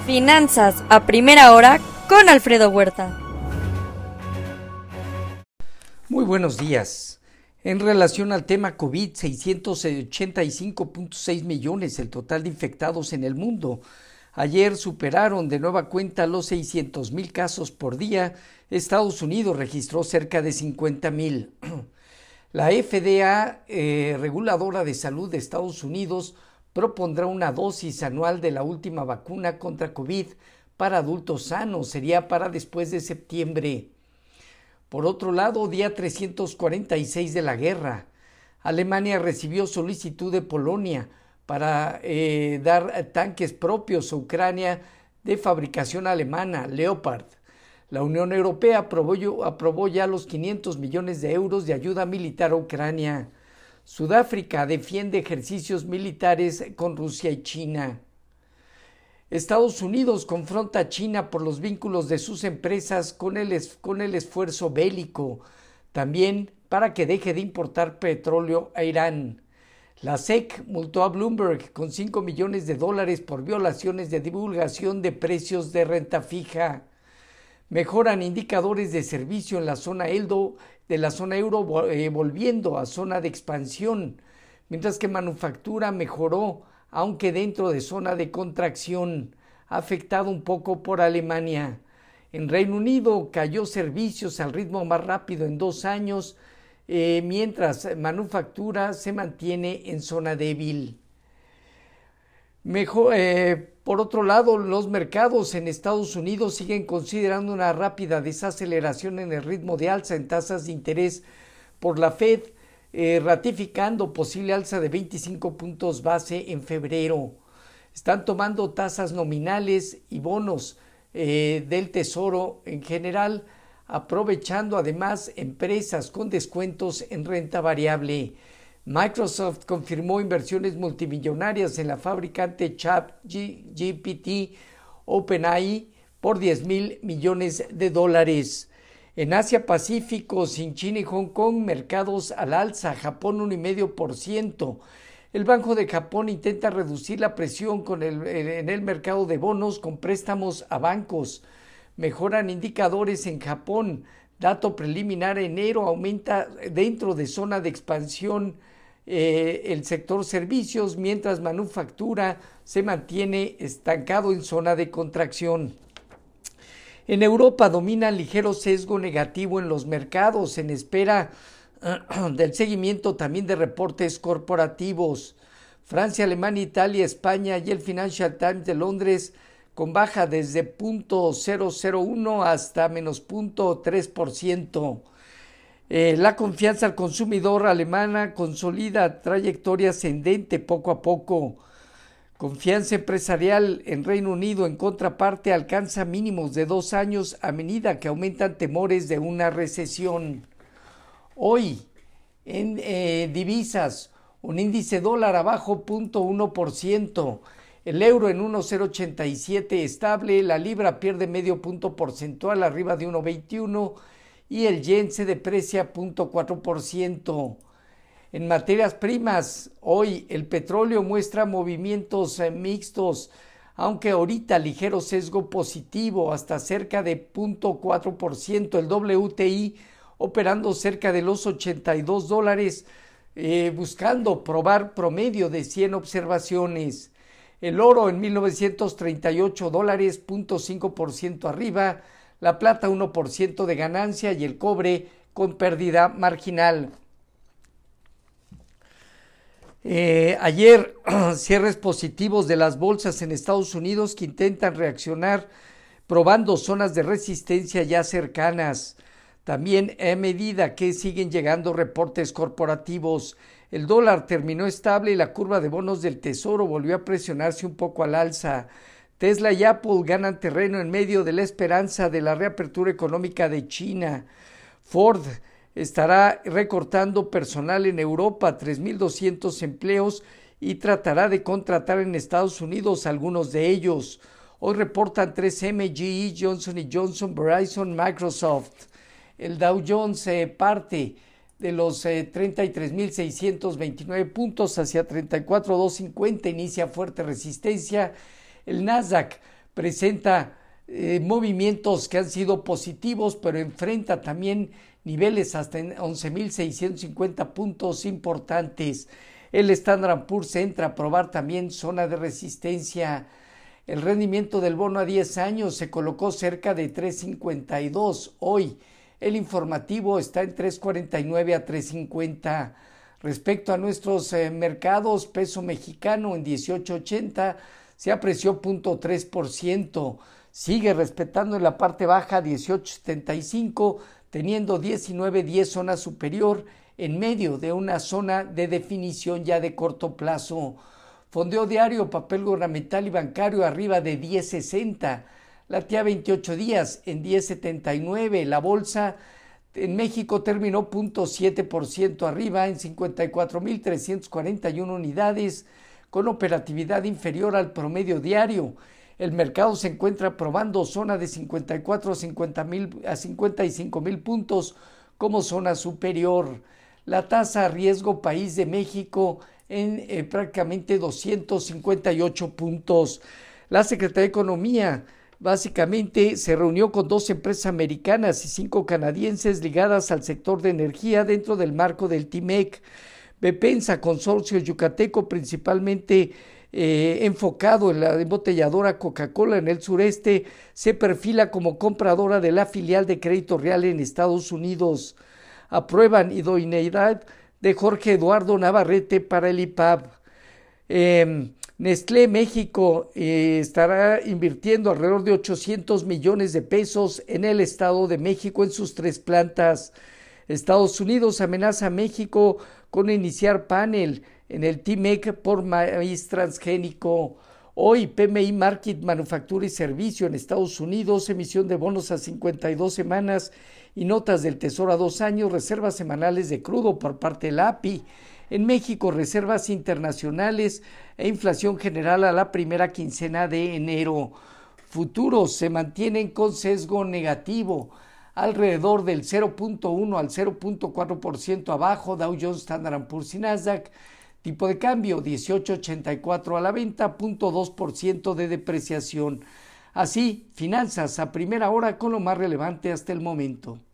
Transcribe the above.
Finanzas a primera hora con Alfredo Huerta. Muy buenos días. En relación al tema COVID, 685.6 millones el total de infectados en el mundo. Ayer superaron de nueva cuenta los 600,000 casos por día. Estados Unidos registró cerca de 50,000. La FDA, reguladora de salud de Estados Unidos, propondrá una dosis anual de la última vacuna contra COVID para adultos sanos. Sería para después de septiembre. Por otro lado, día 346 de la guerra. Alemania recibió solicitud de Polonia para dar tanques propios a Ucrania de fabricación alemana, Leopard. La Unión Europea aprobó ya los 500 millones de euros de ayuda militar a Ucrania. Sudáfrica defiende ejercicios militares con Rusia y China. Estados Unidos confronta a China por los vínculos de sus empresas con el esfuerzo bélico, también para que deje de importar petróleo a Irán. La SEC multó a Bloomberg con $5 millones por violaciones de divulgación de precios de renta fija. Mejoran indicadores de servicio en la zona euro, volviendo a zona de expansión, mientras que manufactura mejoró, aunque dentro de zona de contracción, afectado un poco por Alemania. En Reino Unido cayó servicios al ritmo más rápido en 2 años, mientras manufactura se mantiene en zona débil. Por otro lado, los mercados en Estados Unidos siguen considerando una rápida desaceleración en el ritmo de alza en tasas de interés por la Fed, ratificando posible alza de 25 puntos base en febrero. Están tomando tasas nominales y bonos del Tesoro en general, aprovechando además empresas con descuentos en renta variable. Microsoft confirmó inversiones multimillonarias en la fabricante ChatGPT OpenAI por $10,000 millones. En Asia Pacífico, sin China y Hong Kong, mercados al alza, Japón 1,5%. El Banco de Japón intenta reducir la presión en el mercado de bonos con préstamos a bancos. Mejoran indicadores en Japón. Dato preliminar: enero aumenta dentro de zona de expansión el sector servicios, mientras manufactura se mantiene estancado en zona de contracción. En Europa domina ligero sesgo negativo en los mercados en espera del seguimiento también de reportes corporativos. Francia, Alemania, Italia, España y el Financial Times de Londres con baja desde 0.001 hasta menos 0.3%. La confianza al consumidor alemana consolida trayectoria ascendente poco a poco. Confianza empresarial en Reino Unido, en contraparte, alcanza mínimos de 2 años a medida que aumentan temores de una recesión. Hoy, en divisas, un índice dólar abajo 0.1%, el euro en 1,087 estable, la libra pierde medio punto porcentual arriba de 1,21 y el yen se deprecia 0.4%. En materias primas, hoy el petróleo muestra movimientos mixtos, aunque ahorita ligero sesgo positivo hasta cerca de 0.4%, el WTI operando cerca de los $82, buscando probar promedio de 100 observaciones. El oro en $1,938, 0.5% arriba, la plata 1% de ganancia y el cobre con pérdida marginal. Ayer cierres positivos de las bolsas en Estados Unidos que intentan reaccionar probando zonas de resistencia ya cercanas. También a medida que siguen llegando reportes corporativos, el dólar terminó estable y la curva de bonos del Tesoro volvió a presionarse un poco al alza. Tesla y Apple ganan terreno en medio de la esperanza de la reapertura económica de China. Ford estará recortando personal en Europa, 3,200 empleos, y tratará de contratar en Estados Unidos algunos de ellos. Hoy reportan 3M, GE, Johnson & Johnson, Verizon, Microsoft. El Dow Jones parte de los 33,629 puntos hacia 34,250, inicia fuerte resistencia. El Nasdaq presenta movimientos que han sido positivos, pero enfrenta también niveles hasta en 11.650 puntos importantes. El Standard & Poor's entra a probar también zona de resistencia. El rendimiento del bono a 10 años se colocó cerca de 3.52 hoy. El informativo está en 3.49 a 3.50. Respecto a nuestros mercados, peso mexicano en 18.80 se apreció 0.3%. Sigue respetando en la parte baja 18.75, teniendo 19.10 zona superior en medio de una zona de definición ya de corto plazo. Fondeo diario, papel gubernamental y bancario arriba de 10.60. La TIA 28 días en 10.79. La bolsa en México terminó 0.7% arriba en 54.341 unidades, con operatividad inferior al promedio diario. El mercado se encuentra probando zona de 54 a 55.000 puntos como zona superior. La tasa a riesgo país de México en prácticamente 258 puntos. La Secretaría de Economía básicamente se reunió con 2 empresas americanas y 5 canadienses ligadas al sector de energía dentro del marco del TIMEC. Bepensa, consorcio yucateco principalmente enfocado en la embotelladora Coca-Cola en el sureste, se perfila como compradora de la filial de Crédito Real en Estados Unidos. Aprueban idoneidad de Jorge Eduardo Navarrete para el IPAB. Nestlé México estará invirtiendo alrededor de 800 millones de pesos en el Estado de México en sus 3 plantas. Estados Unidos amenaza a México con iniciar panel en el TIMEC por maíz transgénico. Hoy, PMI Market, Manufactura y Servicio en Estados Unidos, emisión de bonos a 52 semanas y notas del Tesoro a 2 años, reservas semanales de crudo por parte de la API. En México, reservas internacionales e inflación general a la primera quincena de enero. Futuros se mantienen con sesgo negativo, alrededor del 0.1 al 0.4% abajo, Dow Jones, Standard & Poor's y Nasdaq. Tipo de cambio 18.84 a la venta, 0.2% de depreciación. Así, finanzas a primera hora con lo más relevante hasta el momento.